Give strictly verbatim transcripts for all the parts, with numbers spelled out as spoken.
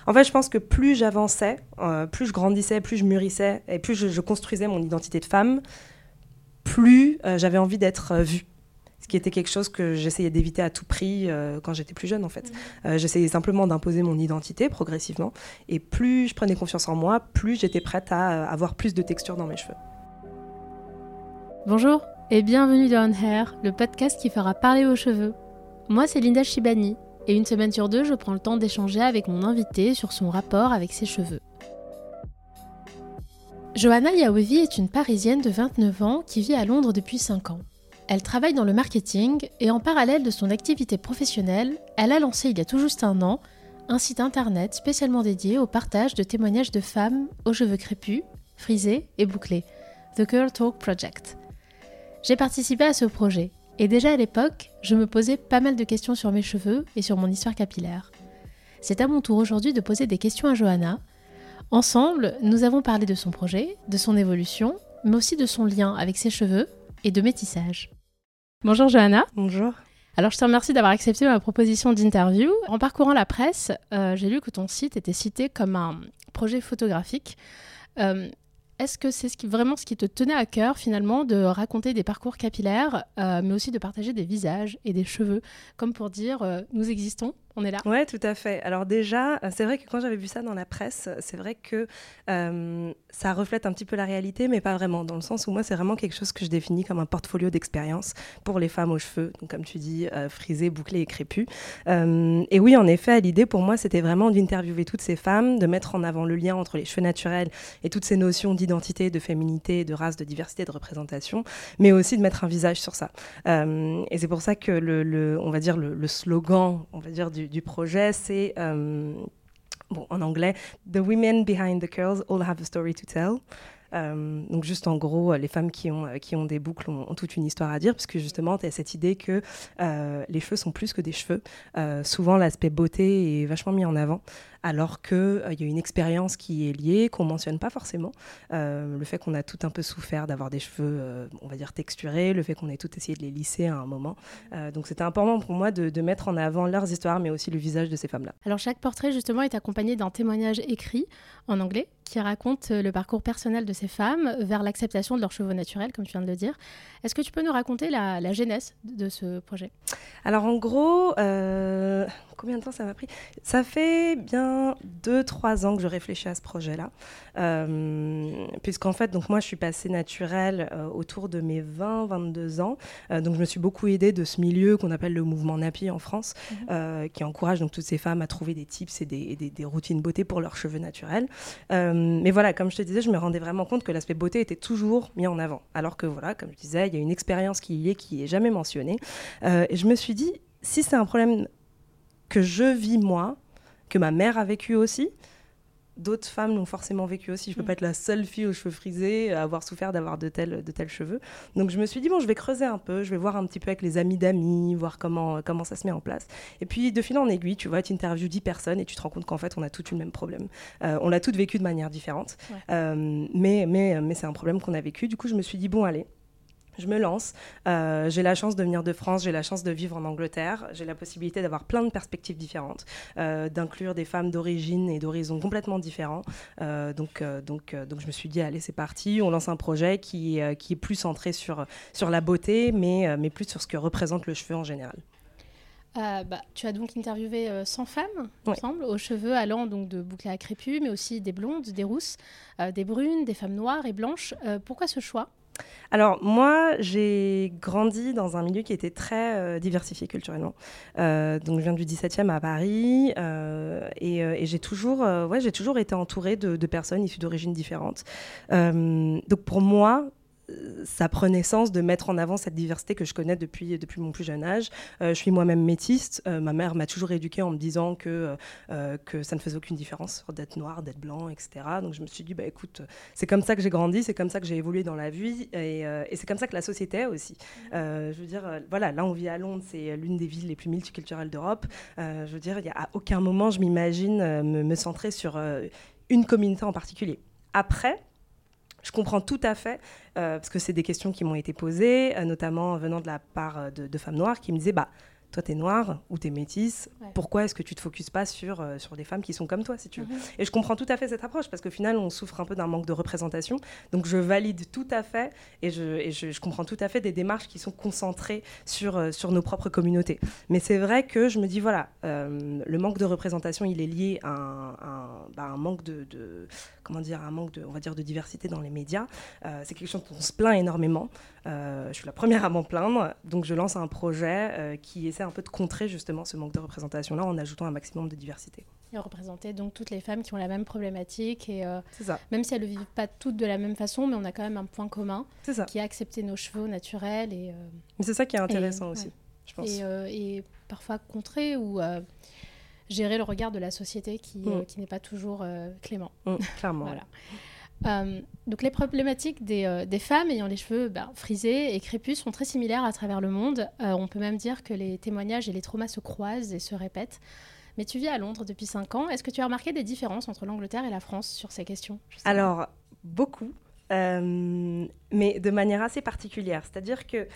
En fait, je pense que plus j'avançais, euh, plus je grandissais, plus je mûrissais, et plus je, je construisais mon identité de femme, plus euh, j'avais envie d'être euh, vue. Ce qui était quelque chose que j'essayais d'éviter à tout prix euh, quand j'étais plus jeune, en fait. Mmh. Euh, j'essayais simplement d'imposer mon identité progressivement. Et plus je prenais confiance en moi, plus j'étais prête à euh, avoir plus de texture dans mes cheveux. Bonjour et bienvenue dans On Hair, le podcast qui fera parler vos cheveux. Moi, c'est Linda Shibani. Et une semaine sur deux, je prends le temps d'échanger avec mon invité sur son rapport avec ses cheveux. Johanna Yawevi est une Parisienne de vingt-neuf ans qui vit à Londres depuis cinq ans. Elle travaille dans le marketing et en parallèle de son activité professionnelle, elle a lancé il y a tout juste un an un site internet spécialement dédié au partage de témoignages de femmes aux cheveux crépus, frisés et bouclés, The Girl Talk Project. J'ai participé à ce projet. Et déjà à l'époque, je me posais pas mal de questions sur mes cheveux et sur mon histoire capillaire. C'est à mon tour aujourd'hui de poser des questions à Johanna. Ensemble, nous avons parlé de son projet, de son évolution, mais aussi de son lien avec ses cheveux et de métissage. Bonjour Johanna. Bonjour. Alors je te remercie d'avoir accepté ma proposition d'interview. En parcourant la presse, euh, j'ai lu que ton site était cité comme un projet photographique. Euh, Est-ce que c'est ce qui, vraiment ce qui te tenait à cœur, finalement, de raconter des parcours capillaires, euh, mais aussi de partager des visages et des cheveux, comme pour dire euh, « nous existons, on est là ». Ouais, tout à fait. Alors déjà, c'est vrai que quand j'avais vu ça dans la presse, c'est vrai que euh, ça reflète un petit peu la réalité, mais pas vraiment, dans le sens où moi, c'est vraiment quelque chose que je définis comme un portfolio d'expérience pour les femmes aux cheveux, donc comme tu dis, euh, frisés, bouclés et crépus. Euh, et oui, en effet, l'idée pour moi, c'était vraiment d'interviewer toutes ces femmes, de mettre en avant le lien entre les cheveux naturels et toutes ces notions d'identité, de féminité, de race, de diversité, de représentation, mais aussi de mettre un visage sur ça. Euh, et c'est pour ça que le, le, on va dire le, le slogan, on va dire du, du projet, c'est euh, bon, en anglais, The women behind the curls all have a story to tell. Euh, donc juste en gros, les femmes qui ont, qui ont des boucles ont, ont toute une histoire à dire, parce que justement, tu as cette idée que euh, les cheveux sont plus que des cheveux. Euh, souvent, l'aspect beauté est vachement mis en avant, alors qu'il euh, y a une expérience qui est liée, qu'on ne mentionne pas forcément. Euh, le fait qu'on a tout un peu souffert d'avoir des cheveux, euh, on va dire, texturés, le fait qu'on ait tout essayé de les lisser à un moment. Euh, donc c'était important pour moi de, de mettre en avant leurs histoires, mais aussi le visage de ces femmes-là. Alors chaque portrait, justement, est accompagné d'un témoignage écrit en anglais qui raconte le parcours personnel de ces femmes vers l'acceptation de leurs cheveux naturels, comme tu viens de le dire. Est-ce que tu peux nous raconter la, la genèse de ce projet ? Alors en gros, euh, combien de temps ça m'a pris ? Ça fait bien deux trois ans que je réfléchis à ce projet-là. Euh, puisqu'en fait, donc moi je suis passée naturelle euh, autour de mes vingt vingt-deux ans. Euh, donc je me suis beaucoup aidée de ce milieu qu'on appelle le mouvement Nappy en France, mmh. euh, qui encourage donc toutes ces femmes à trouver des tips et des, des, des routines beauté pour leurs cheveux naturels. Euh, mais voilà, comme je te disais, je me rendais vraiment compte que l'aspect beauté était toujours mis en avant. Alors que voilà, comme je disais, il y a une expérience qui y est, qui n'est jamais mentionnée. Euh, et je me suis dit, si c'est un problème que je vis moi, que ma mère a vécu aussi, d'autres femmes l'ont forcément vécu aussi. Je ne peux pas être la seule fille aux cheveux frisés à avoir souffert d'avoir de tels, de tels cheveux. Donc je me suis dit, bon, je vais creuser un peu, je vais voir un petit peu avec les amis d'amis, voir comment, comment ça se met en place. Et puis de fil en aiguille, tu vois, tu interviews dix personnes et tu te rends compte qu'en fait, on a toutes eu le même problème. Euh, on l'a toutes vécu de manière différente, ouais. euh, mais, mais, mais c'est un problème qu'on a vécu. Du coup, je me suis dit, bon, allez, je me lance, euh, j'ai la chance de venir de France, j'ai la chance de vivre en Angleterre, j'ai la possibilité d'avoir plein de perspectives différentes, euh, d'inclure des femmes d'origine et d'horizons complètement différents. Euh, donc, euh, donc, euh, donc je me suis dit, allez, c'est parti, on lance un projet qui, euh, qui est plus centré sur, sur la beauté, mais, euh, mais plus sur ce que représente le cheveu en général. Euh, bah, tu as donc interviewé euh, cent femmes, il me ouais. semble, aux cheveux allant donc de bouclés à crépus, mais aussi des blondes, des rousses, euh, des brunes, des femmes noires et blanches. Euh, pourquoi ce choix ? Alors, moi, j'ai grandi dans un milieu qui était très euh, diversifié culturellement. Euh, donc, je viens du dix-septième à Paris euh, et, euh, et j'ai, toujours, euh, ouais, j'ai toujours été entourée de, de personnes issues d'origines différentes. Euh, donc, pour moi, ça prenait sens de mettre en avant cette diversité que je connais depuis, depuis mon plus jeune âge. Euh, je suis moi-même métisse. Euh, ma mère m'a toujours éduquée en me disant que, euh, que ça ne faisait aucune différence d'être noir, d'être blanc, et cetera. Donc je me suis dit, bah, écoute, c'est comme ça que j'ai grandi, c'est comme ça que j'ai évolué dans la vie et, euh, et c'est comme ça que la société est aussi. Euh, je veux dire, euh, voilà, là on vit à Londres, c'est l'une des villes les plus multiculturelles d'Europe. Euh, je veux dire, y a, à aucun moment je m'imagine euh, me, me centrer sur euh, une communauté en particulier. Après, je comprends tout à fait, euh, parce que c'est des questions qui m'ont été posées, euh, notamment venant de la part de, de femmes noires qui me disaient bah, toi, t'es noire ou t'es métisse, Ouais. pourquoi est-ce que tu te focuses pas sur, euh, sur des femmes qui sont comme toi, si tu veux. Mm-hmm. Et je comprends tout à fait cette approche, parce qu'au final, on souffre un peu d'un manque de représentation. Donc, je valide tout à fait, et je, et je, je comprends tout à fait des démarches qui sont concentrées sur, euh, sur nos propres communautés. Mais c'est vrai que je me dis, voilà, euh, le manque de représentation, il est lié à un, un, bah, un manque de, de, comment dire, un manque de, on va dire, de diversité dans les médias. Euh, c'est quelque chose dont on se plaint énormément. Euh, je suis la première à m'en plaindre, donc je lance un projet euh, qui essaie un peu de contrer justement ce manque de représentation-là en ajoutant un maximum de diversité. Et représenter donc toutes les femmes qui ont la même problématique, et euh, C'est ça. même si elles ne vivent pas toutes de la même façon, mais on a quand même un point commun, C'est ça. qui est accepter nos cheveux naturels, et, euh, Mais c'est ça qui est intéressant et, aussi, ouais. je pense. et, euh, et parfois contrer ou euh, gérer le regard de la société qui, Mm. euh, qui n'est pas toujours euh, clément. Mm, clairement. Voilà. Ouais. Euh, donc les problématiques des, euh, des femmes ayant les cheveux ben, frisés et crépus sont très similaires à travers le monde. Euh, on peut même dire que les témoignages et les traumas se croisent et se répètent. Mais tu vis à Londres depuis cinq ans. Est-ce que tu as remarqué des différences entre l'Angleterre et la France sur ces questions, justement ? Alors, beaucoup, euh, mais de manière assez particulière. C'est-à-dire que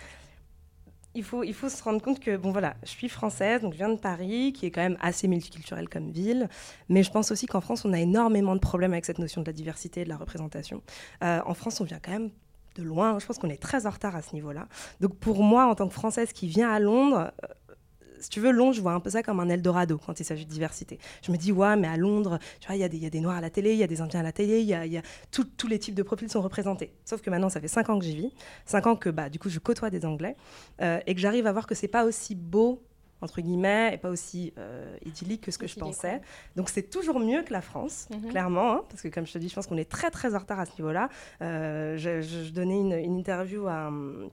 Il faut, il faut se rendre compte que, bon voilà, je suis française, donc je viens de Paris, qui est quand même assez multiculturelle comme ville, mais je pense aussi qu'en France, on a énormément de problèmes avec cette notion de la diversité et de la représentation. Euh, en France, on vient quand même de loin, je pense qu'on est très en retard à ce niveau-là. Donc pour moi, en tant que Française qui vient à Londres, euh, si tu veux, Londres, je vois un peu ça comme un Eldorado quand il s'agit de diversité. Je me dis, ouais, mais à Londres, tu vois, il y, y a des Noirs à la télé, il y a des Indiens à la télé, il y a, y a tout, tous les types de profils sont représentés. Sauf que maintenant, ça fait cinq ans que j'y vis, cinq ans que, bah, du coup, je côtoie des Anglais, euh, et que j'arrive à voir que c'est pas aussi beau, entre guillemets, et pas aussi euh, idyllique que ce que idyllique, je pensais. Ouais. Donc c'est toujours mieux que la France, mm-hmm. clairement, hein, parce que comme je te dis, je pense qu'on est très, très en retard à ce niveau-là. Euh, je, je, je donnais une, une interview à...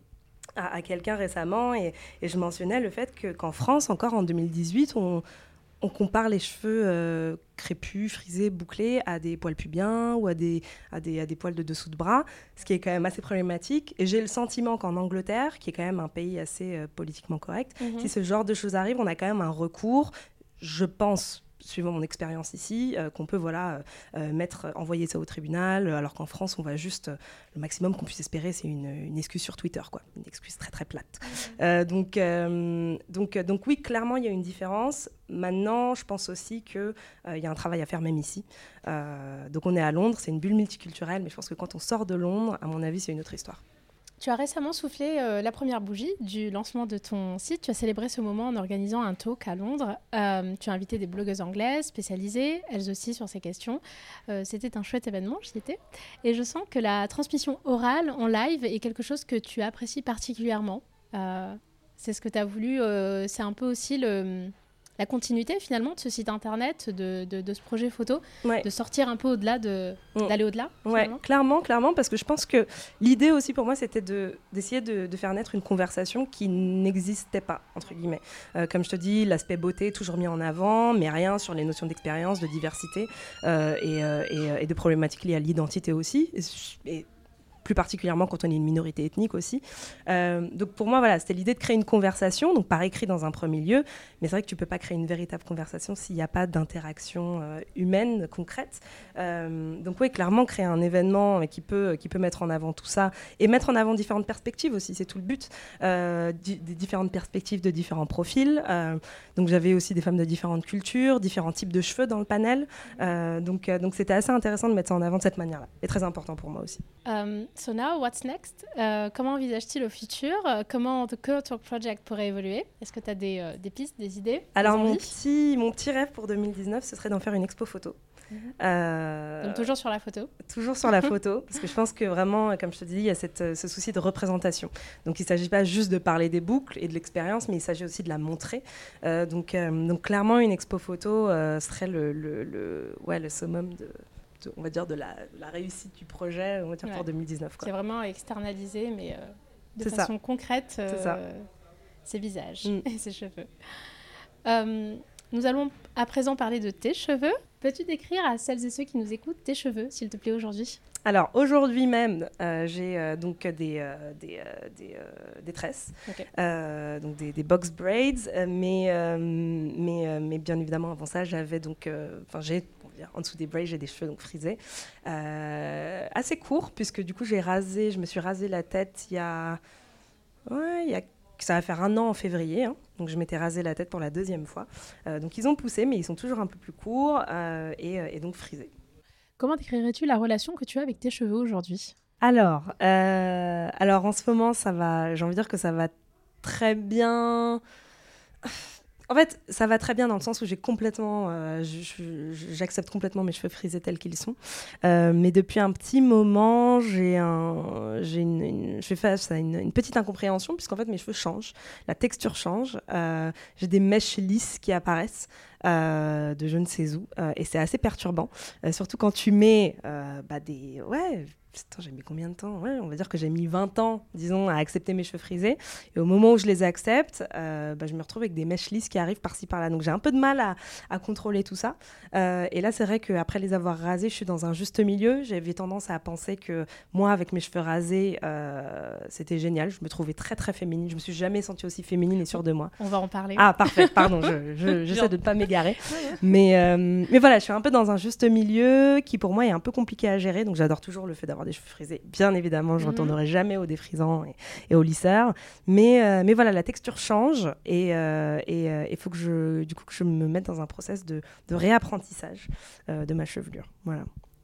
à, à quelqu'un récemment et, et je mentionnais le fait que, qu'en France, encore en deux mille dix-huit, on, on compare les cheveux euh, crépus, frisés, bouclés à des poils pubiens ou à des, à, des, à des poils de dessous de bras, ce qui est quand même assez problématique. Et j'ai le sentiment qu'en Angleterre, qui est quand même un pays assez euh, politiquement correct, mm-hmm. si ce genre de choses arrive, on a quand même un recours, je pense, suivant mon expérience ici, euh, qu'on peut voilà, euh, mettre, envoyer ça au tribunal, alors qu'en France, on va juste, euh, le maximum qu'on puisse espérer, c'est une, une excuse sur Twitter, quoi, une excuse très très plate. Mmh. Euh, donc, euh, donc, donc oui, clairement, il y a une différence. Maintenant, je pense aussi qu'il euh, y a un travail à faire même ici. Euh, donc on est à Londres, c'est une bulle multiculturelle, mais je pense que quand on sort de Londres, à mon avis, c'est une autre histoire. Tu as récemment soufflé euh, la première bougie du lancement de ton site. Tu as célébré ce moment en organisant un talk à Londres. Euh, tu as invité des blogueuses anglaises spécialisées, elles aussi sur ces questions. Euh, c'était un chouette événement, j'y étais. Et je sens que la transmission orale en live est quelque chose que tu apprécies particulièrement. Euh, c'est ce que tu as voulu. Euh, c'est un peu aussi le... la continuité finalement de ce site internet, de, de, de ce projet photo, ouais. de sortir un peu au-delà, de, mmh. d'aller au-delà. Oui, clairement, clairement, parce que je pense que l'idée aussi pour moi, c'était de, d'essayer de, de faire naître une conversation qui n'existait pas, entre guillemets. Euh, comme je te dis, l'aspect beauté toujours mis en avant, mais rien sur les notions d'expérience, de diversité euh, et, euh, et, et de problématiques liées à l'identité aussi. Et, et plus particulièrement quand on est une minorité ethnique aussi. Euh, donc pour moi, voilà, c'était l'idée de créer une conversation, donc par écrit dans un premier lieu, mais c'est vrai que tu ne peux pas créer une véritable conversation s'il n'y a pas d'interaction euh, humaine, concrète. Euh, donc oui, clairement, créer un événement qui peut, qui peut mettre en avant tout ça, et mettre en avant différentes perspectives aussi, c'est tout le but, euh, di- des différentes perspectives de différents profils. Euh, donc j'avais aussi des femmes de différentes cultures, différents types de cheveux dans le panel, euh, donc, euh, donc c'était assez intéressant de mettre ça en avant de cette manière-là, et très important pour moi aussi. Um... So now, what's next? Euh, comment envisages-t-il au futur? euh, Comment The Curl Talk Project pourrait évoluer? Est-ce que tu as des, euh, des pistes, des idées? Alors, mon petit, mon petit rêve pour deux mille dix-neuf, ce serait d'en faire une expo photo. Mmh. Euh, Donc, toujours sur la photo? Toujours sur la photo, parce que je pense que vraiment, comme je te dis, il y a cette, ce souci de représentation. Donc, il ne s'agit pas juste de parler des boucles et de l'expérience, mais il s'agit aussi de la montrer. Euh, donc, euh, donc, clairement, une expo photo euh, serait le, le, le, ouais, le summum de... De, on va dire de la, la réussite du projet, on va dire ouais. pour deux mille dix-neuf. Quoi. C'est vraiment externalisé, mais euh, de c'est façon ça. concrète, euh, c'est ça. ses visages mm. et ses cheveux. Euh, nous allons à présent parler de tes cheveux. Peux-tu décrire à celles et ceux qui nous écoutent tes cheveux, s'il te plaît, aujourd'hui? Alors, aujourd'hui même, euh, j'ai euh, donc des, euh, des, euh, des, euh, des tresses, okay. euh, donc des, des box braids, euh, mais, euh, mais, euh, mais bien évidemment, avant ça, j'avais donc... Enfin, euh, j'ai... En dessous des braids, j'ai des cheveux donc frisés, euh, assez courts, puisque du coup, j'ai rasé, je me suis rasé la tête il y a, ouais, il y a ça va faire un an en février, hein, donc je m'étais rasé la tête pour la deuxième fois. Euh, donc ils ont poussé, mais ils sont toujours un peu plus courts euh, et, et donc frisés. Comment décrirais-tu la relation que tu as avec tes cheveux aujourd'hui ? Alors, euh, alors, en ce moment, ça va, j'ai envie de dire que ça va très bien. En fait, ça va très bien dans le sens où j'ai complètement, euh, je, je, j'accepte complètement mes cheveux frisés tels qu'ils sont. Euh, mais depuis un petit moment, j'ai, un, j'ai une, une, je fais face à une, une petite incompréhension puisqu'en fait mes cheveux changent, la texture change. Euh, j'ai des mèches lisses qui apparaissent. Euh, de je ne sais où euh, et c'est assez perturbant, euh, surtout quand tu mets euh, bah, des... Ouais, putain, j'ai mis combien de temps ? Ouais, on va dire que j'ai mis vingt ans, disons, à accepter mes cheveux frisés. Et au moment où je les accepte, euh, bah, je me retrouve avec des mèches lisses qui arrivent par-ci, par-là. Donc j'ai un peu de mal à, à contrôler tout ça. Euh, et là, c'est vrai qu'après les avoir rasés, je suis dans un juste milieu. J'avais tendance à penser que moi, avec mes cheveux rasés, euh, c'était génial. Je me trouvais très, très féminine. Je me suis jamais sentie aussi féminine et sûre de moi. On va en parler. Ah, parfait, pardon. Je, je, j'essaie de ne pas m'égarer. mais, euh, mais voilà, je suis un peu dans un juste milieu qui, pour moi, est un peu compliqué à gérer. Donc j'adore toujours le fait d'avoir des cheveux frisés. Bien évidemment, je ne retournerai jamais au défrisant et, et au lisseur. Mais, euh, mais voilà, la texture change et il euh, euh, faut que je, du coup, que je me mette dans un process de, de réapprentissage euh, de ma chevelure. Voilà.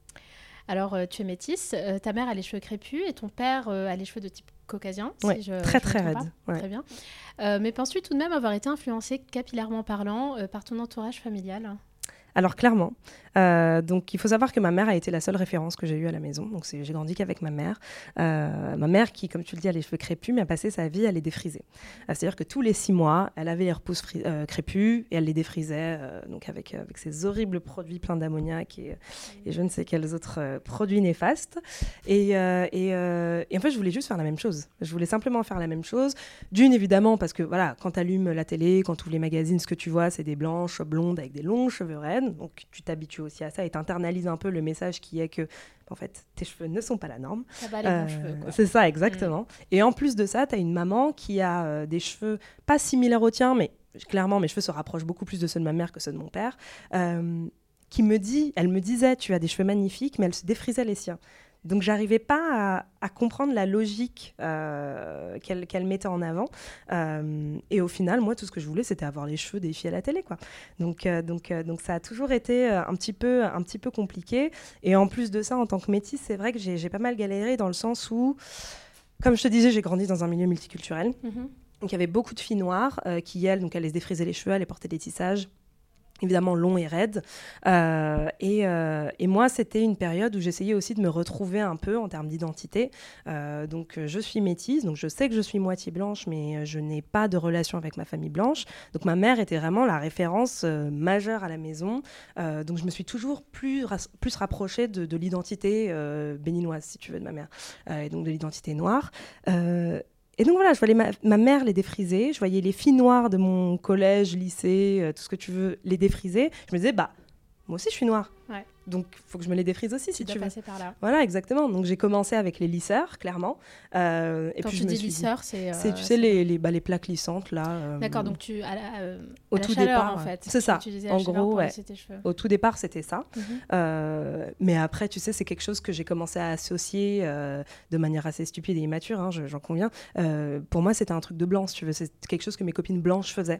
Alors, euh, tu es métisse, euh, ta mère a les cheveux crépus et ton père euh, a les cheveux de type caucasien. Ouais, si je, très je très raide. Ouais. Très bien. Euh, mais penses-tu tout de même avoir été influencée capillairement parlant euh, par ton entourage familial ? Alors clairement, euh, donc il faut savoir que ma mère a été la seule référence que j'ai eue à la maison. Donc c'est, j'ai grandi qu'avec ma mère. Euh, ma mère qui, comme tu le dis, a les cheveux crépus, mais a passé sa vie à les défriser. Euh, c'est-à-dire que tous les six mois, elle avait les repousses fri- euh, crépus et elle les défrisait euh, donc avec, euh, avec ces horribles produits pleins d'ammoniac et, et je ne sais quels autres euh, produits néfastes. Et, euh, et, euh, et en fait, je voulais juste faire la même chose. Je voulais simplement faire la même chose. D'une, évidemment, parce que voilà, quand tu allumes la télé, quand tu ouvres les magazines, ce que tu vois, c'est des blanches, blondes avec des longs cheveux raides. Donc tu t'habitues aussi à ça et t'internalises un peu le message qui est que en fait tes cheveux ne sont pas la norme. T'as pas les euh, bons cheveux, quoi. C'est ça exactement. Mmh. Et en plus de ça, t'as une maman qui a euh, des cheveux pas similaires aux tiens, mais clairement mes cheveux se rapprochent beaucoup plus de ceux de ma mère que ceux de mon père. Euh, qui me dit, elle me disait tu as des cheveux magnifiques, mais elle se défrisait les siens. Donc, j'arrivais pas à, à comprendre la logique euh, qu'elle, qu'elle mettait en avant. Euh, et au final, moi, tout ce que je voulais, c'était avoir les cheveux des filles à la télé, quoi. Donc, euh, donc, euh, donc ça a toujours été un petit peu, un petit peu compliqué. Et en plus de ça, en tant que métisse, c'est vrai que j'ai, j'ai pas mal galéré dans le sens où, comme je te disais, j'ai grandi dans un milieu multiculturel. Mm-hmm. Donc, il y avait beaucoup de filles noires euh, qui, elles, donc, elles se défrisaient les cheveux, elles portaient des tissages. Évidemment long et raide. Euh, et, euh, et moi, c'était une période où j'essayais aussi de me retrouver un peu en termes d'identité. Euh, donc, je suis métisse, donc je sais que je suis moitié blanche, mais je n'ai pas de relation avec ma famille blanche. Donc, ma mère était vraiment la référence euh, majeure à la maison. Euh, donc, je me suis toujours plus, ra- plus rapprochée de, de l'identité euh, béninoise, si tu veux, de ma mère, euh, et donc de l'identité noire. Euh, Et donc voilà, je voyais ma, ma mère les défriser, je voyais les filles noires de mon collège, lycée, euh, tout ce que tu veux, les défriser. Je me disais, bah, moi aussi je suis noire. Ouais. Donc il faut que je me les défrise aussi, tu si tu veux. Passer par là. Voilà, exactement. Donc j'ai commencé avec les lisseurs, clairement. Euh, et Quand puis tu je me dis suis lisseur, dit, c'est... Euh, c'est, tu sais, les, les, bah, les plaques lissantes, là. Euh, D'accord, donc tu... À la, euh, au à la tout chaleur, départ, en fait. C'est ça, en gros, ouais. Tes cheveux. Au tout départ, c'était ça. Mm-hmm. Euh, mais après, tu sais, c'est quelque chose que j'ai commencé à associer euh, de manière assez stupide et immature, hein, j'en conviens. Euh, pour moi, c'était un truc de blanc, si tu veux. C'est quelque chose que mes copines blanches faisaient.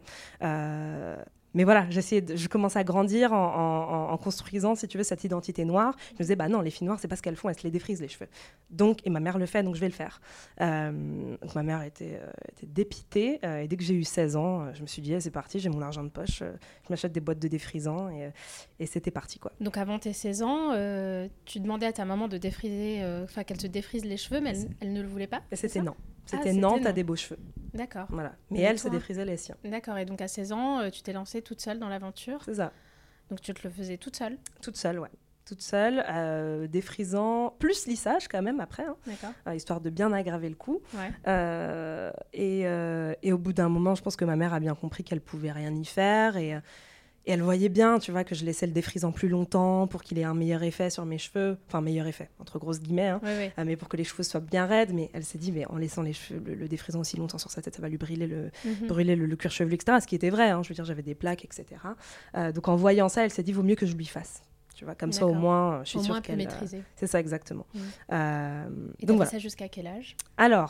Euh, Mais voilà, j'essayais de, je commençais à grandir en, en, en construisant, si tu veux, cette identité noire. Je me disais, bah non, les filles noires, c'est pas ce qu'elles font, elles se les défrisent, les cheveux. Donc, et ma mère le fait, donc je vais le faire. Euh, donc ma mère était, euh, était dépitée. Euh, et dès que j'ai eu seize ans, euh, je me suis dit, ah, c'est parti, j'ai mon argent de poche, euh, je m'achète des boîtes de défrisants et, euh, et c'était parti, quoi. Donc avant tes seize ans, euh, tu demandais à ta maman de défriser, enfin euh, qu'elle te défrise les cheveux, mais elle, elle ne le voulait pas. Et c'était non. C'était, ah, c'était non, non, t'as des beaux cheveux. D'accord. Voilà. Mais et elle se défrisait les siens. D'accord. Et donc à seize ans, euh, tu t'es lancée toute seule dans l'aventure. C'est ça. Donc tu te le faisais toute seule. Toute seule, ouais. Toute seule, euh, défrisant, plus lissage quand même après, hein, euh, histoire de bien aggraver le coup. Ouais. Euh, et, euh, et au bout d'un moment, je pense que ma mère a bien compris qu'elle pouvait rien y faire et Et elle voyait bien, tu vois, que je laissais le défrisant plus longtemps pour qu'il ait un meilleur effet sur mes cheveux. Enfin, meilleur effet, entre grosses guillemets, hein, oui, oui. Euh, mais pour que les cheveux soient bien raides. Mais elle s'est dit, mais en laissant les cheveux, le, le défrisant aussi longtemps sur sa tête, ça va lui brûler le, mm-hmm. brûler le, le cuir chevelu, et cetera. Ce qui était vrai, hein, je veux dire, j'avais des plaques, et cetera. Euh, donc en voyant ça, elle s'est dit, vaut mieux que je lui fasse. Tu vois, comme D'accord. ça, au moins, je suis au sûre moins qu'elle... maîtriser. Euh, c'est ça, exactement. Mm. Euh, Et donc t'as voilà. fait ça jusqu'à quel âge ? Alors...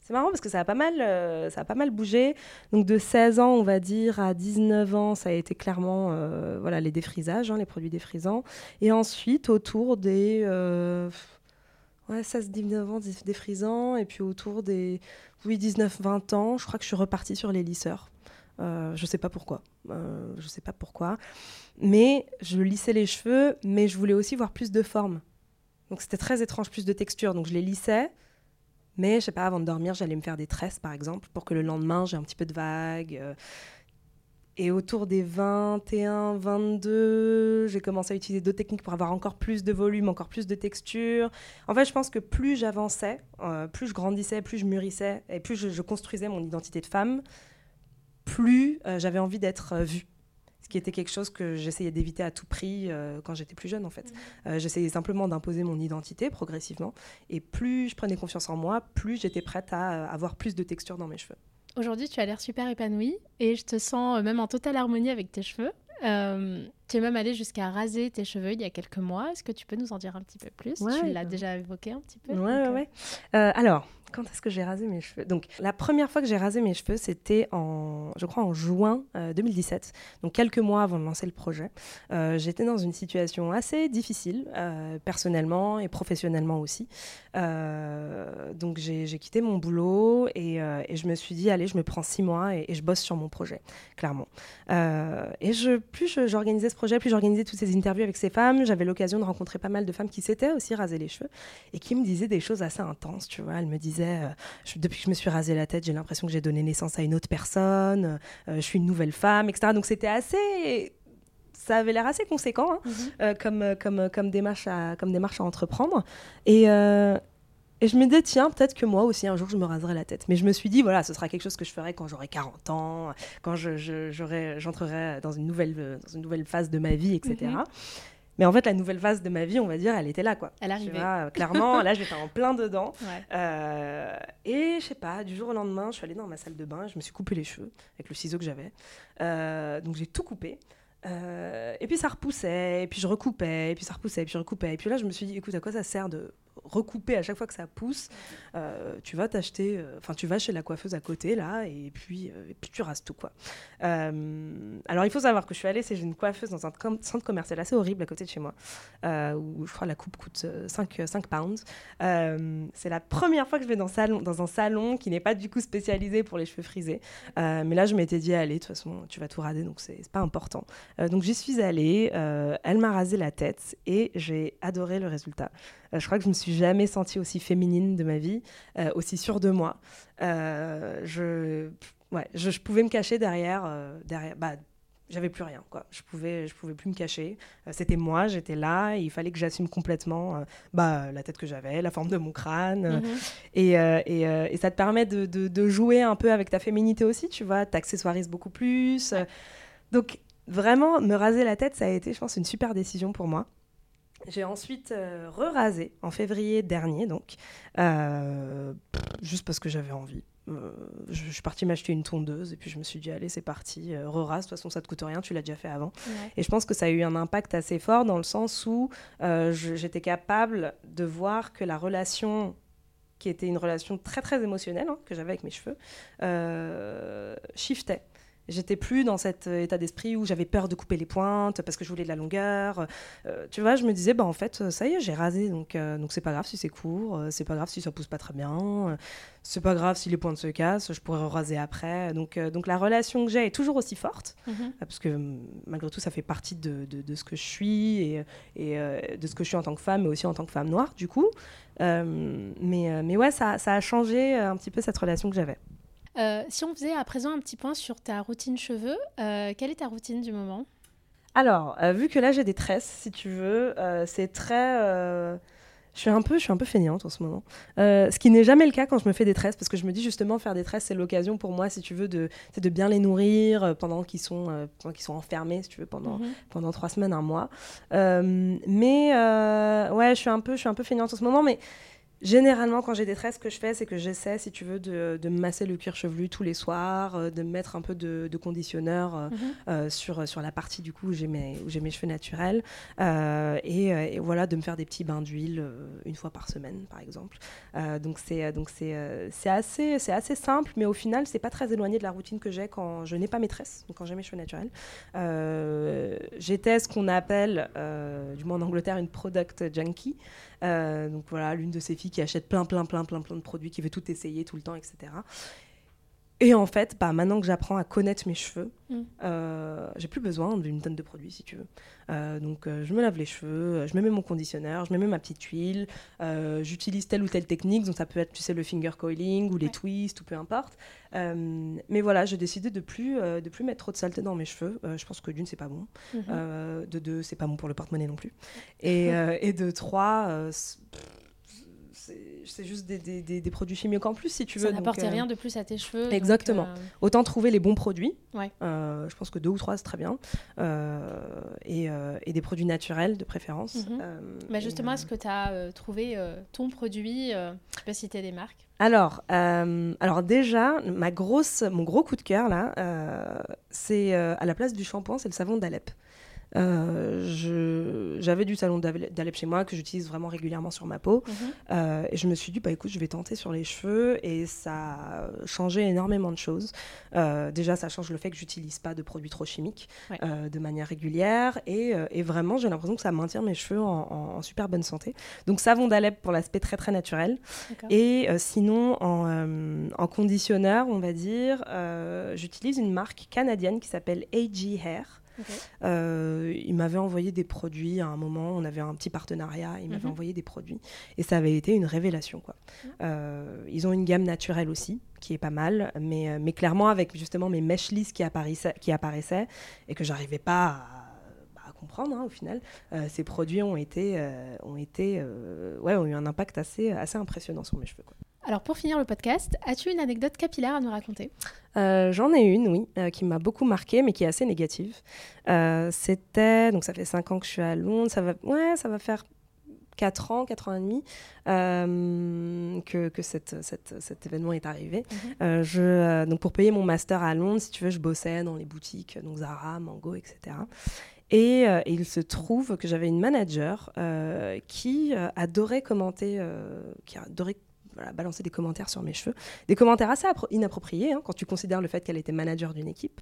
C'est marrant parce que ça a pas mal, euh, ça a pas mal bougé. Donc de seize ans, on va dire, à dix-neuf ans, ça a été clairement euh, voilà, les défrisages, hein, les produits défrisants. Et ensuite, autour des euh, ouais, seize dix-neuf ans, défrisants. Et puis autour des oui, dix-neuf vingt ans, je crois que je suis repartie sur les lisseurs. Euh, je sais pas pourquoi. Euh, je sais pas pourquoi. Mais je lissais les cheveux, mais je voulais aussi voir plus de forme. Donc c'était très étrange, plus de texture. Donc je les lissais. Mais je sais pas, avant de dormir, j'allais me faire des tresses, par exemple, pour que le lendemain, j'ai un petit peu de vague. Euh, et autour des vingt et un, vingt-deux, j'ai commencé à utiliser d'autres techniques pour avoir encore plus de volume, encore plus de texture. En fait, je pense que plus j'avançais, euh, plus je grandissais, plus je mûrissais, et plus je, je construisais mon identité de femme, plus euh, j'avais envie d'être euh, vue. Ce qui était quelque chose que j'essayais d'éviter à tout prix euh, quand j'étais plus jeune, en fait. Mmh. Euh, j'essayais simplement d'imposer mon identité progressivement. Et plus je prenais confiance en moi, plus j'étais prête à euh, avoir plus de texture dans mes cheveux. Aujourd'hui, tu as l'air super épanouie et je te sens même en totale harmonie avec tes cheveux. Euh, tu es même allée jusqu'à raser tes cheveux il y a quelques mois. Est-ce que tu peux nous en dire un petit peu plus? Ouais, tu l'as déjà évoqué un petit peu. Ouais, ouais, ouais. Euh, alors, quand est-ce que j'ai rasé mes cheveux? Donc, la première fois que j'ai rasé mes cheveux, c'était en, je crois, en juin euh, deux mille dix-sept. Donc, quelques mois avant de lancer le projet. Euh, j'étais dans une situation assez difficile, euh, personnellement et professionnellement aussi. Euh, donc, j'ai, j'ai quitté mon boulot et, euh, et je me suis dit, allez, je me prends six mois et, et je bosse sur mon projet, clairement. Euh, et je, plus je, j'organisais ce projet, plus j'organisais toutes ces interviews avec ces femmes, j'avais l'occasion de rencontrer pas mal de femmes qui s'étaient aussi rasées les cheveux et qui me disaient des choses assez intenses, tu vois. Elles me disaient, euh, je, depuis que je me suis rasé la tête, j'ai l'impression que j'ai donné naissance à une autre personne, euh, je suis une nouvelle femme, et cetera. Donc c'était assez... Ça avait l'air assez conséquent hein, mm-hmm. euh, comme, comme, comme, démarche à, comme démarche à entreprendre. Et... Euh, Et je me disais, tiens, peut-être que moi aussi, un jour, je me raserai la tête. Mais je me suis dit, voilà, ce sera quelque chose que je ferai quand j'aurai quarante ans, quand je, je, j'aurai, j'entrerai dans une, nouvelle, dans une nouvelle phase de ma vie, et cetera. Mm-hmm. Mais en fait, la nouvelle phase de ma vie, on va dire, elle était là, quoi. Elle arrivait. Tu vois, clairement, là, j'étais en plein dedans. Ouais. Euh, et je sais pas, du jour au lendemain, je suis allée dans ma salle de bain, je me suis coupé les cheveux avec le ciseau que j'avais. Euh, donc, j'ai tout coupé. Euh, et puis ça repoussait, et puis je recoupais, et puis ça repoussait, et puis je recoupais. Et puis là, je me suis dit, écoute, à quoi ça sert de recouper à chaque fois que ça pousse? euh, Tu vas t'acheter, enfin, euh, tu vas chez la coiffeuse à côté, là, et puis, euh, et puis tu rases tout, quoi. Euh, alors, il faut savoir que je suis allée chez une coiffeuse dans un com- centre commercial assez horrible à côté de chez moi, euh, où je crois la coupe coûte cinq pounds. Euh, c'est la première fois que je vais dans, salon, dans un salon qui n'est pas du coup spécialisé pour les cheveux frisés. Euh, mais là, je m'étais dit, allez, de toute façon, tu vas tout raser, donc c'est, c'est pas important. Euh, donc j'y suis allée, euh, elle m'a rasé la tête et j'ai adoré le résultat. Euh, je crois que je me suis jamais sentie aussi féminine de ma vie, euh, aussi sûre de moi. Euh, je, ouais, je, je pouvais me cacher derrière, euh, derrière bah, j'avais plus rien, quoi. Je pouvais, je pouvais plus me cacher. Euh, c'était moi, j'étais là, et il fallait que j'assume complètement euh, bah, la tête que j'avais, la forme de mon crâne. Mm-hmm. Et, euh, et, euh, et ça te permet de, de, de jouer un peu avec ta féminité aussi, tu vois, t'accessoirises beaucoup plus. Ouais. Donc, vraiment, me raser la tête, ça a été, je pense, une super décision pour moi. J'ai ensuite euh, re-rasé en février dernier, donc, euh, pff, juste parce que j'avais envie. Euh, je, je suis partie m'acheter une tondeuse et puis je me suis dit, allez, c'est parti, euh, re-rase, de toute façon, ça te coûte rien, tu l'as déjà fait avant. Ouais. Et je pense que ça a eu un impact assez fort dans le sens où euh, je, j'étais capable de voir que la relation, qui était une relation très, très émotionnelle, hein, que j'avais avec mes cheveux, euh, shiftait. J'étais plus dans cet état d'esprit où j'avais peur de couper les pointes parce que je voulais de la longueur. Euh, tu vois, je me disais, bah, en fait, ça y est, j'ai rasé, donc, euh, donc c'est pas grave si c'est court, euh, c'est pas grave si ça pousse pas très bien, euh, c'est pas grave si les pointes se cassent, je pourrais raser après. Donc, euh, donc la relation que j'ai est toujours aussi forte, mm-hmm. euh, parce que malgré tout, ça fait partie de, de, de ce que je suis et, et euh, de ce que je suis en tant que femme, mais aussi en tant que femme noire, du coup. Euh, mais, mais ouais, ça, ça a changé un petit peu cette relation que j'avais. Euh, si on faisait à présent un petit point sur ta routine cheveux, euh, quelle est ta routine du moment? Alors, euh, vu que là j'ai des tresses, si tu veux, euh, c'est très... Euh, je suis un peu, je suis un peu feignante en ce moment. Euh, ce qui n'est jamais le cas quand je me fais des tresses, parce que je me dis justement faire des tresses, c'est l'occasion pour moi, si tu veux, de, c'est de bien les nourrir pendant qu'ils sont, euh, pendant qu'ils sont enfermés, si tu veux, pendant, mm-hmm. pendant trois semaines, un mois. Euh, mais euh, ouais, je suis un peu, je suis un peu feignante en ce moment, mais... Généralement, quand j'ai des tresses, ce que je fais, c'est que j'essaie, si tu veux, de, de me masser le cuir chevelu tous les soirs, euh, de me mettre un peu de, de conditionneur euh, mm-hmm. euh, sur, sur la partie du coup où j'ai mes, où j'ai mes cheveux naturels. Euh, et, et voilà, de me faire des petits bains d'huile euh, une fois par semaine, par exemple. Euh, donc c'est, donc c'est, euh, c'est, assez, c'est assez simple, mais au final, c'est pas très éloigné de la routine que j'ai quand je n'ai pas maîtresse, donc quand j'ai mes cheveux naturels. Euh, j'étais ce qu'on appelle, euh, du moins en Angleterre, une product junkie. Euh, donc voilà, l'une de ces filles qui achète plein, plein, plein, plein, plein de produits, qui veut tout essayer tout le temps, et cetera. Et en fait, bah, maintenant que j'apprends à connaître mes cheveux, mm. euh, j'ai plus besoin d'une tonne de produits, si tu veux. Euh, donc, euh, je me lave les cheveux, je me mets mon conditionneur, je me mets ma petite huile, euh, j'utilise telle ou telle technique, donc ça peut être, tu sais, le finger coiling ou les ouais. twists, ou peu importe. Euh, mais voilà, j'ai décidé de plus, euh, de plus mettre trop de saleté dans mes cheveux. Euh, je pense que d'une, c'est pas bon. Mm-hmm. Euh, de deux, c'est pas bon pour le porte-monnaie non plus. Et, euh, et de trois... Euh, C'est, c'est juste des, des, des, des produits chimiques en plus, si tu veux. Ça n'apporte euh... rien de plus à tes cheveux. Exactement. Donc, euh... Autant trouver les bons produits. Ouais. Euh, je pense que deux ou trois, c'est très bien. Euh, et, euh, et des produits naturels, de préférence. Mm-hmm. Euh, bah justement, et, est-ce que tu as euh, trouvé euh, ton produit euh, Tu peux citer des marques. Alors, euh, alors déjà, ma grosse, mon gros coup de cœur, là, euh, c'est euh, à la place du shampoing, c'est le savon d'Alep. Euh, je, j'avais du savon d'Alep chez moi que j'utilise vraiment régulièrement sur ma peau. Mmh. Euh, et je me suis dit, bah, écoute, je vais tenter sur les cheveux. Et ça a changé énormément de choses. Euh, déjà, ça change le fait que j'utilise pas de produits trop chimiques ouais. euh, de manière régulière. Et, euh, et vraiment, j'ai l'impression que ça maintient mes cheveux en, en, en super bonne santé. Donc, savon d'Alep pour l'aspect très, très naturel. D'accord. Et euh, sinon, en, euh, en conditionneur, on va dire, euh, j'utilise une marque canadienne qui s'appelle A G Hair. Okay. Euh, il m'avait envoyé des produits à un moment, on avait un petit partenariat, il m'avait mm-hmm. envoyé des produits et ça avait été une révélation, quoi. Mm-hmm. Euh, ils ont une gamme naturelle aussi qui est pas mal, mais, mais clairement avec justement mes mèches lisses qui apparaissaient, qui apparaissaient et que j'arrivais pas à, à comprendre, hein, au final, euh, ces produits ont été, euh, ont, été euh, ouais, ont eu un impact assez, assez impressionnant sur mes cheveux, quoi. Alors pour finir le podcast, as-tu une anecdote capillaire à nous raconter ? euh, J'en ai une, oui, euh, qui m'a beaucoup marquée, mais qui est assez négative. Euh, c'était, donc ça fait cinq ans que je suis à Londres, ça va, ouais, ça va faire quatre ans, quatre ans et demi euh, que, que cette, cette, cet événement est arrivé. Mm-hmm. Euh, je, euh, donc pour payer mon master à Londres, si tu veux, je bossais dans les boutiques, donc Zara, Mango, et cetera. Et, euh, et il se trouve que j'avais une manager euh, qui euh, adorait commenter, euh, qui adorait Voilà, balancer des commentaires sur mes cheveux, des commentaires assez appro- inappropriés hein, quand tu considères le fait qu'elle était manager d'une équipe.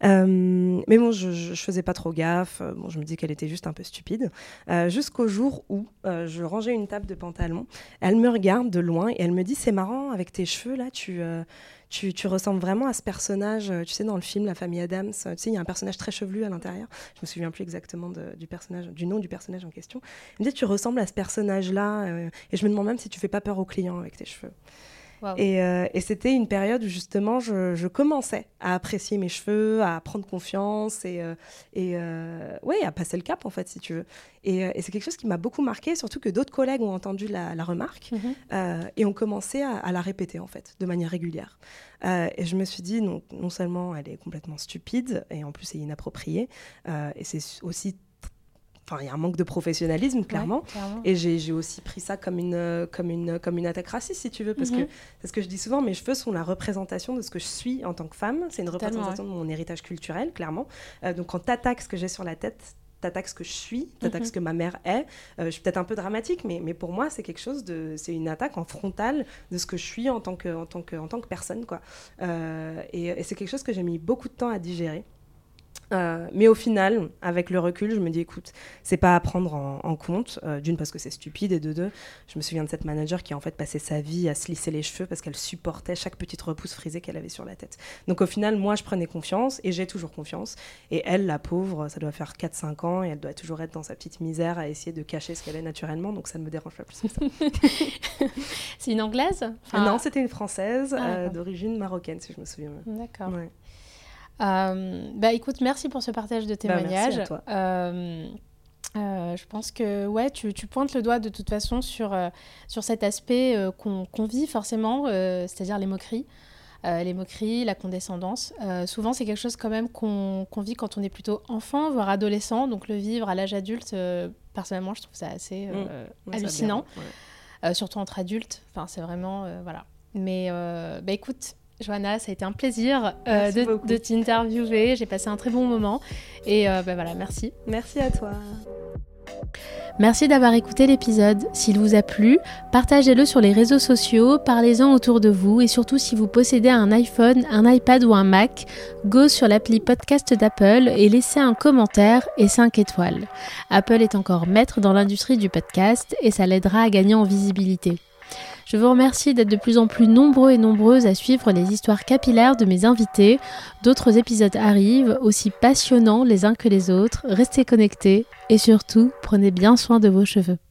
Euh, mais bon, je, je, je faisais pas trop gaffe. Bon, je me dis qu'elle était juste un peu stupide. Euh, jusqu'au jour où euh, je rangeais une table de pantalon, elle me regarde de loin et elle me dit « C'est marrant, avec tes cheveux là, tu euh, Tu, tu ressembles vraiment à ce personnage, tu sais, dans le film La Famille Adams, tu sais, il y a un personnage très chevelu à l'intérieur. Je me souviens plus exactement de, du personnage, du nom du personnage en question. Elle me dit, tu ressembles à ce personnage-là, euh, et je me demande même si tu fais pas peur aux clients avec tes cheveux. Wow. Et, euh, et c'était une période où justement je, je commençais à apprécier mes cheveux, à prendre confiance et, euh, et euh, ouais, à passer le cap en fait, si tu veux. Et, euh, et c'est quelque chose qui m'a beaucoup marqué, surtout que d'autres collègues ont entendu la, la remarque mm-hmm. euh, et ont commencé à, à la répéter en fait, de manière régulière. Euh, et je me suis dit, non, non seulement elle est complètement stupide et en plus c'est inapproprié, euh, et c'est aussi Enfin, il y a un manque de professionnalisme, clairement. Ouais, clairement. Et j'ai, j'ai aussi pris ça comme une, comme, une, comme une attaque raciste, si tu veux. Parce mm-hmm. que c'est ce que je dis souvent, mes cheveux sont la représentation de ce que je suis en tant que femme. C'est une Totalement, représentation ouais. de mon héritage culturel, clairement. Euh, donc, quand t'attaques ce que j'ai sur la tête, t'attaques ce que je suis, t'attaques mm-hmm. ce que ma mère est. Euh, je suis peut-être un peu dramatique, mais, mais pour moi, c'est quelque chose de... C'est une attaque en frontale de ce que je suis en tant que, en tant que, en tant que personne, quoi. Euh, et, et c'est quelque chose que j'ai mis beaucoup de temps à digérer. Euh, mais au final, avec le recul, je me dis, écoute, c'est pas à prendre en, en compte. Euh, d'une, parce que c'est stupide, et de deux, je me souviens de cette manager qui a en fait passé sa vie à se lisser les cheveux parce qu'elle supportait chaque petite repousse frisée qu'elle avait sur la tête. Donc au final, moi, je prenais confiance et j'ai toujours confiance. Et elle, la pauvre, ça doit faire quatre cinq ans et elle doit toujours être dans sa petite misère à essayer de cacher ce qu'elle est naturellement. Donc ça ne me dérange pas plus que ça. C'est une Anglaise enfin... Non, c'était une Française ah, euh, d'origine marocaine, si je me souviens. D'accord. Ouais. Euh, bah écoute, merci pour ce partage de témoignages. Bah, merci à toi. Euh, euh, je pense que ouais, tu, tu pointes le doigt de toute façon sur, euh, sur cet aspect euh, qu'on, qu'on vit forcément, euh, c'est-à-dire les moqueries. Euh, les moqueries, la condescendance. Euh, souvent, c'est quelque chose quand même qu'on, qu'on vit quand on est plutôt enfant, voire adolescent. Donc le vivre à l'âge adulte, euh, personnellement, je trouve ça assez euh, mmh. ouais, hallucinant. Bien, ouais. euh, surtout entre adultes. Enfin, c'est vraiment... Euh, voilà. Mais euh, bah écoute... Johanna, ça a été un plaisir euh, de, de t'interviewer. J'ai passé un très bon moment. Et euh, bah voilà, merci. Merci à toi. Merci d'avoir écouté l'épisode. S'il vous a plu, partagez-le sur les réseaux sociaux, parlez-en autour de vous et surtout si vous possédez un iPhone, un iPad ou un Mac, go sur l'appli podcast d'Apple et laissez un commentaire et cinq étoiles. Apple est encore maître dans l'industrie du podcast et ça l'aidera à gagner en visibilité. Je vous remercie d'être de plus en plus nombreux et nombreuses à suivre les histoires capillaires de mes invités. D'autres épisodes arrivent, aussi passionnants les uns que les autres. Restez connectés et surtout, prenez bien soin de vos cheveux.